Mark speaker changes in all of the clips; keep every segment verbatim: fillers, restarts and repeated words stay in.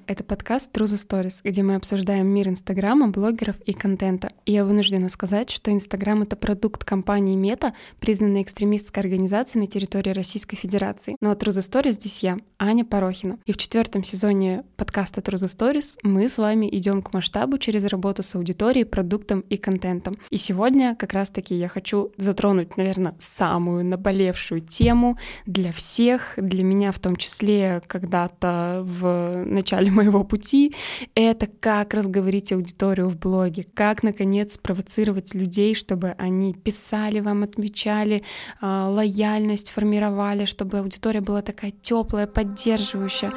Speaker 1: это подкаст True the Stories, где мы обсуждаем мир Инстаграма, блогеров и контента. И я вынуждена сказать, что Инстаграм — это продукт компании Мета, признанной экстремистской организацией на территории Российской Федерации. Но True the Stories здесь я, Аня Порохина. И в четвертом сезоне подкаста True the Stories мы с вами идем к масштабу через работу с аудиторией, продуктом и контентом. И сегодня как раз-таки я хочу затронуть, наверное, самую наболевшую тему для всех, для меня в том числе когда-то в начале моего пути, это как разговорить аудиторию в блоге, как, наконец, спровоцировать людей, чтобы они писали вам, отмечали, лояльность формировали, чтобы аудитория была такая теплая, поддерживающая.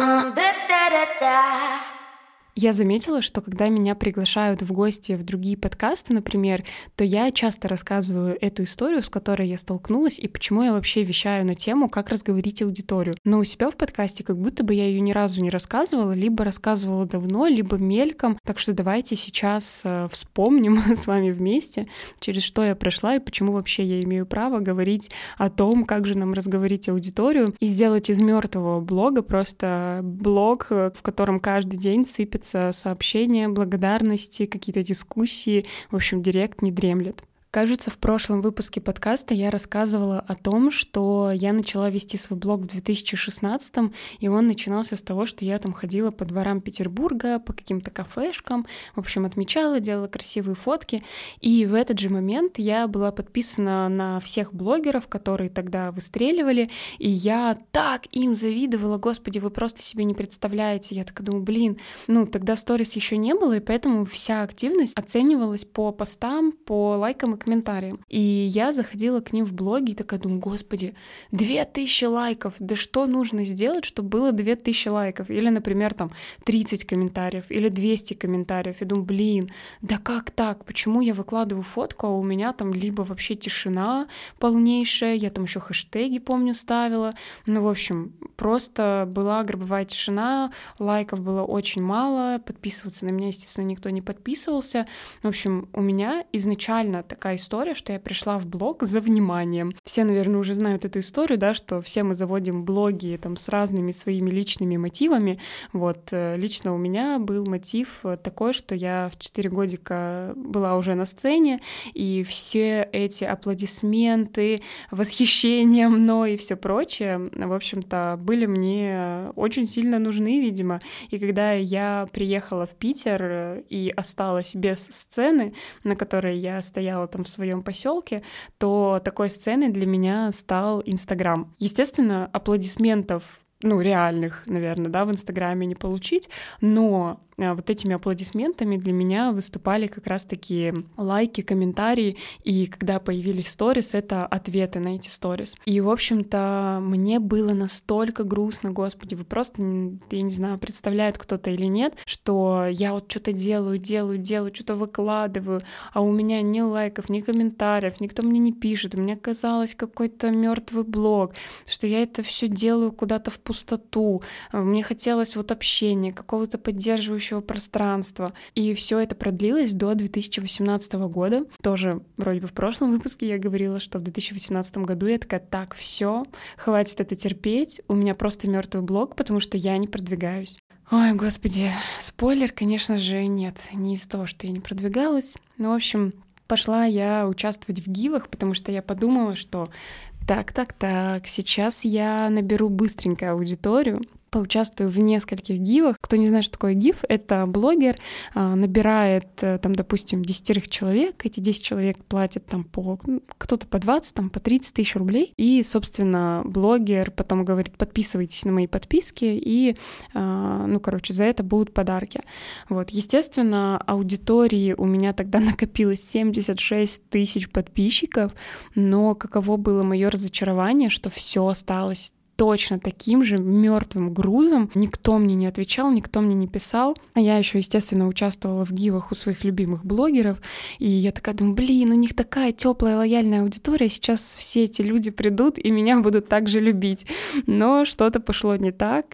Speaker 1: Я заметила, что когда меня приглашают в гости в другие подкасты, например, то я часто рассказываю эту историю, с которой я столкнулась, и почему я вообще вещаю на тему, как разговорить аудиторию. Но у себя в подкасте как будто бы я ее ни разу не рассказывала, либо рассказывала давно, либо мельком. Так что давайте сейчас вспомним с вами вместе, через что я прошла и почему вообще я имею право говорить о том, как же нам разговорить аудиторию, и сделать из мертвого блога просто блог, в котором каждый день сыпется сообщения, благодарности, какие-то дискуссии. В общем, директ не дремлет. Кажется, в прошлом выпуске подкаста я рассказывала о том, что я начала вести свой блог в две тысячи шестнадцатом, и он начинался с того, что я там ходила по дворам Петербурга, по каким-то кафешкам, в общем, отмечала, делала красивые фотки, и в этот же момент я была подписана на всех блогеров, которые тогда выстреливали, и я так им завидовала, господи, вы просто себе не представляете. Я такая думаю, блин, ну, тогда сторис еще не было, и поэтому вся активность оценивалась по постам, по лайкам и комментариям. И я заходила к ним в блоги и такая думаю, господи, две тысячи лайков, да что нужно сделать, чтобы было две тысячи лайков? Или, например, там тридцать комментариев, или двести комментариев. Я думаю, блин, да как так? Почему я выкладываю фотку, а у меня там либо вообще тишина полнейшая, я там еще хэштеги, помню, ставила. Ну, в общем, просто была гробовая тишина, лайков было очень мало, подписываться на меня, естественно, никто не подписывался. В общем, у меня изначально такая история, что я пришла в блог за вниманием. Все, наверное, уже знают эту историю, да, что все мы заводим блоги там с разными своими личными мотивами. Вот, лично у меня был мотив такой, что я в четыре годика была уже на сцене, и все эти аплодисменты, восхищение мной и все прочее, в общем-то, были мне очень сильно нужны, видимо. И когда я приехала в Питер и осталась без сцены, на которой я стояла там в своем поселке, то такой сценой для меня стал Инстаграм. Естественно, аплодисментов, ну, реальных, наверное, да, в Инстаграме не получить, но вот этими аплодисментами для меня выступали как раз-таки лайки, комментарии, и когда появились сторис, это ответы на эти сторис. И, в общем-то, мне было настолько грустно, господи, вы просто, я не знаю, представляет кто-то или нет, что я вот что-то делаю, делаю, делаю, что-то выкладываю, а у меня ни лайков, ни комментариев, никто мне не пишет, у меня казалось какой-то мертвый блог, что я это все делаю куда-то в пустоту, мне хотелось вот общения, какого-то поддерживающего пространства. И все это продлилось до две тысячи восемнадцатого года. Тоже вроде бы в прошлом выпуске я говорила, что в две тысячи восемнадцатом году я такая, так, все, хватит это терпеть, у меня просто мертвый блог, потому что я не продвигаюсь. Ой, господи, спойлер, конечно же, нет, не из-за того, что я не продвигалась. Ну, в общем, пошла я участвовать в гивах, потому что я подумала, что так-так-так, сейчас я наберу быстренько аудиторию, поучаствую в нескольких гивах. Кто не знает, что такое гив, это блогер набирает, там, допустим, десятерых человек, эти десять человек платят там по, кто-то по двадцать, там, по тридцать тысяч рублей, и, собственно, блогер потом говорит, подписывайтесь на мои подписки, и, ну, короче, за это будут подарки. Вот, естественно, аудитории у меня тогда накопилось семьдесят шесть тысяч подписчиков, но каково было мое разочарование, что все осталось точно таким же мертвым грузом. Никто мне не отвечал, никто мне не писал. А я еще, естественно, участвовала в гивах у своих любимых блогеров. И я такая думаю, блин, у них такая теплая, лояльная аудитория. Сейчас все эти люди придут и меня будут так же любить. Но что-то пошло не так.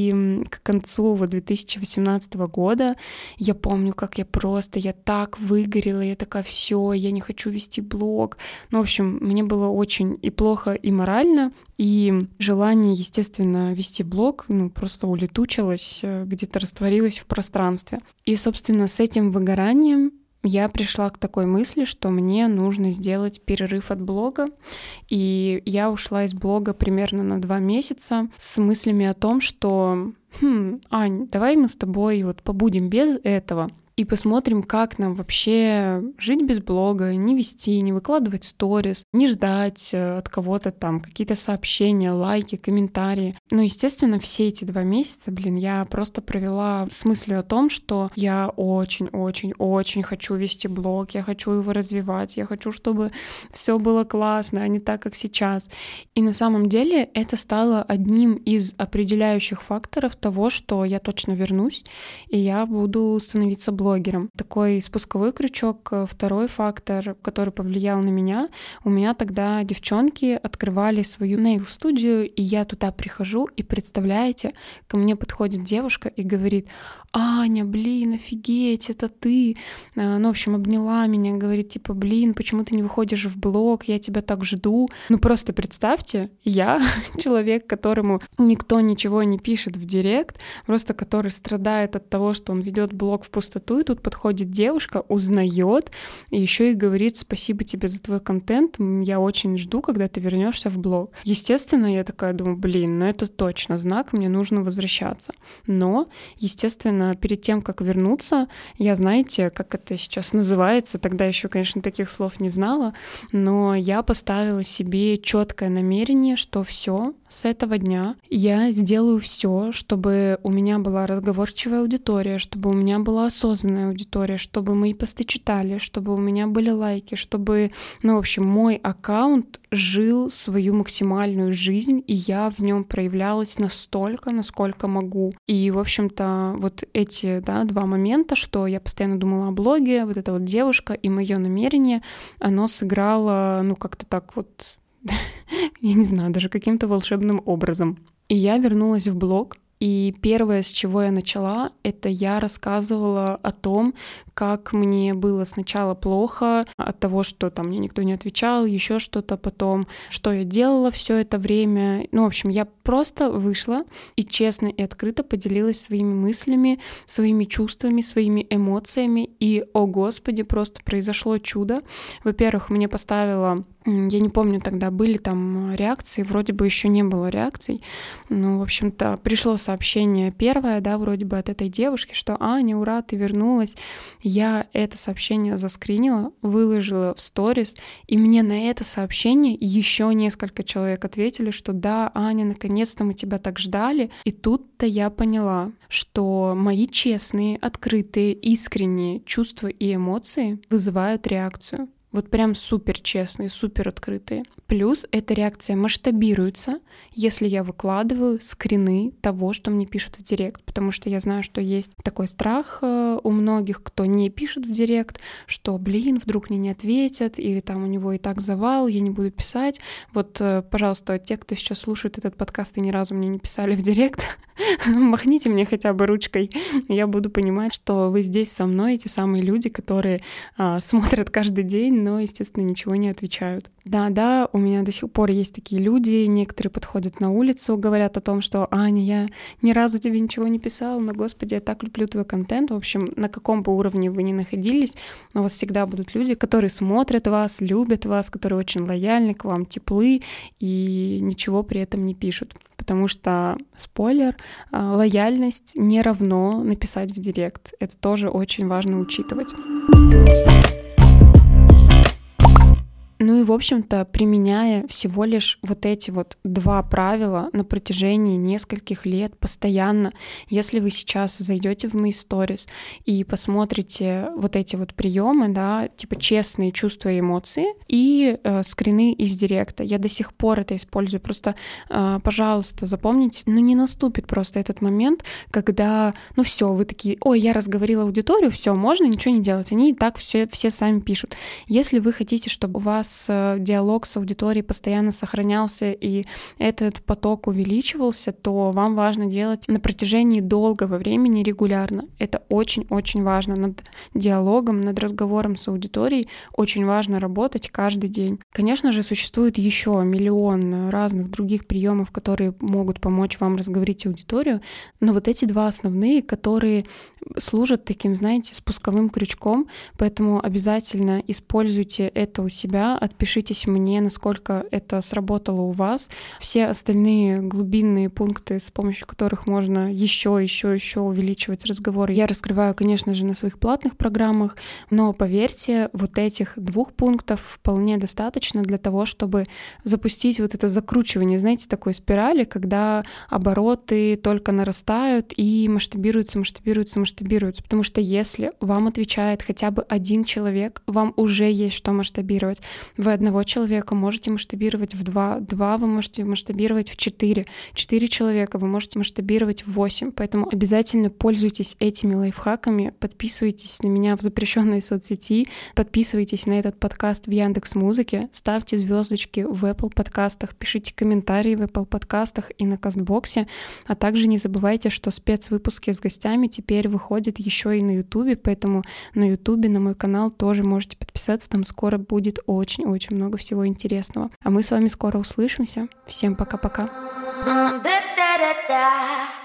Speaker 1: И к концу вот две тысячи восемнадцатого года я помню, как я просто, я так выгорела. Я такая, все, я не хочу вести блог. Ну, в общем, мне было очень и плохо, и морально. И желание желание, естественно, вести блог, ну, просто улетучилось, где-то растворилось в пространстве. И, собственно, с этим выгоранием я пришла к такой мысли, что мне нужно сделать перерыв от блога, и я ушла из блога примерно на два месяца с мыслями о том, что «Хм, Ань, давай мы с тобой вот побудем без этого». И посмотрим, как нам вообще жить без блога, не вести, не выкладывать сторис, не ждать от кого-то там какие-то сообщения, лайки, комментарии. Ну, естественно, все эти два месяца, блин, я просто провела с мыслью о том, что я очень-очень-очень хочу вести блог, я хочу его развивать, я хочу, чтобы все было классно, а не так, как сейчас. И на самом деле это стало одним из определяющих факторов того, что я точно вернусь, и я буду становиться блогером. блогером. Такой спусковой крючок. Второй фактор, который повлиял на меня, у меня тогда девчонки открывали свою нейл-студию, и я туда прихожу, и представляете, ко мне подходит девушка и говорит: «Аня, блин, офигеть, это ты!» Ну, в общем, обняла меня, говорит, типа, блин, почему ты не выходишь в блог, я тебя так жду. Ну, просто представьте, я, человек, которому никто ничего не пишет в директ, просто который страдает от того, что он ведет блог в пустоту, и тут подходит девушка, узнает, и еще и говорит: «Спасибо тебе за твой контент, я очень жду, когда ты вернешься в блог». Естественно, я такая думаю, блин, ну это точно знак, мне нужно возвращаться. Но, естественно, перед тем, как вернуться, я, знаете, как это сейчас называется, тогда еще, конечно, таких слов не знала, но я поставила себе четкое намерение, что все, с этого дня я сделаю все, чтобы у меня была разговорчивая аудитория, чтобы у меня была осознанная аудитория, чтобы мои посты читали, чтобы у меня были лайки, чтобы, ну, в общем, мой аккаунт жил свою максимальную жизнь, и я в нем проявлялась настолько, насколько могу. И, в общем-то, вот эти, да, два момента, что я постоянно думала о блоге, вот эта вот девушка и мое намерение, оно сыграло, ну, как-то так вот, я не знаю, даже каким-то волшебным образом. И я вернулась в блог, и первое, с чего я начала, это я рассказывала о том, как мне было сначала плохо от того, что там мне никто не отвечал, еще что-то, потом, что я делала все это время. Ну, в общем, я просто вышла и честно и открыто поделилась своими мыслями, своими чувствами, своими эмоциями, и, о господи, просто произошло чудо. Во-первых, мне поставила... Я не помню, тогда были там реакции, вроде бы еще не было реакций. Ну, в общем-то, пришло сообщение первое, да, вроде бы от этой девушки, что «Аня, ура, ты вернулась». Я это сообщение заскринила, выложила в сторис, и мне на это сообщение еще несколько человек ответили, что «Да, Аня, наконец-то мы тебя так ждали». И тут-то я поняла, что мои честные, открытые, искренние чувства и эмоции вызывают реакцию. Вот прям супер честные, супер открытые. Плюс эта реакция масштабируется, если я выкладываю скрины того, что мне пишут в директ, потому что я знаю, что есть такой страх у многих, кто не пишет в директ, что, блин, вдруг мне не ответят, или там у него и так завал, я не буду писать. Вот, пожалуйста, те, кто сейчас слушает этот подкаст и ни разу мне не писали в директ, махните мне хотя бы ручкой, я буду понимать, что вы здесь со мной, те самые люди, которые а, смотрят каждый день, но, естественно, ничего не отвечают. Да-да, у меня до сих пор есть такие люди, некоторые подходят на улицу, говорят о том, что «Аня, я ни разу тебе ничего не писала, но, господи, я так люблю твой контент». В общем, на каком бы уровне вы ни находились, у вас всегда будут люди, которые смотрят вас, любят вас, которые очень лояльны к вам, теплы и ничего при этом не пишут. Потому что, спойлер, лояльность не равно написать в директ. Это тоже очень важно учитывать. Ну и, в общем-то, применяя всего лишь вот эти вот два правила на протяжении нескольких лет постоянно, если вы сейчас зайдете в мои сторис и посмотрите вот эти вот приемы, да, типа честные чувства и эмоции и э, скрины из директа, я до сих пор это использую. Просто, э, пожалуйста, запомните, ну не наступит просто этот момент, когда, ну все, вы такие, ой, я разговорила аудиторию, все, можно ничего не делать, они и так все, все сами пишут. Если вы хотите, чтобы у вас вас диалог с аудиторией постоянно сохранялся и этот поток увеличивался, то вам важно делать на протяжении долгого времени регулярно. Это очень-очень важно. Над диалогом, над разговором с аудиторией очень важно работать каждый день. Конечно же, существует еще миллион разных других приемов, которые могут помочь вам разговорить аудиторию, но вот эти два основные, которые служат таким, знаете, спусковым крючком, поэтому обязательно используйте это у себя, отпишитесь мне, насколько это сработало у вас. Все остальные глубинные пункты, с помощью которых можно еще, еще, еще увеличивать разговоры, я раскрываю, конечно же, на своих платных программах, но поверьте, вот этих двух пунктов вполне достаточно для того, чтобы запустить вот это закручивание, знаете, такой спирали, когда обороты только нарастают и масштабируются, масштабируются, масштабируются. Потому что если вам отвечает хотя бы один человек, вам уже есть что масштабировать. Вы одного человека можете масштабировать в два, два вы можете масштабировать в четыре, четыре человека вы можете масштабировать в восемь. Поэтому обязательно пользуйтесь этими лайфхаками, подписывайтесь на меня в запрещенной соцсети, подписывайтесь на этот подкаст в Яндекс.Музыке, ставьте звездочки в Apple подкастах, пишите комментарии в Apple подкастах и на Кастбоксе, а также не забывайте, что спецвыпуски с гостями теперь выходят еще и на Ютубе, поэтому на Ютубе, на мой канал тоже можете подписаться, там скоро будет очень-очень много всего интересного. А мы с вами скоро услышимся. Всем пока-пока.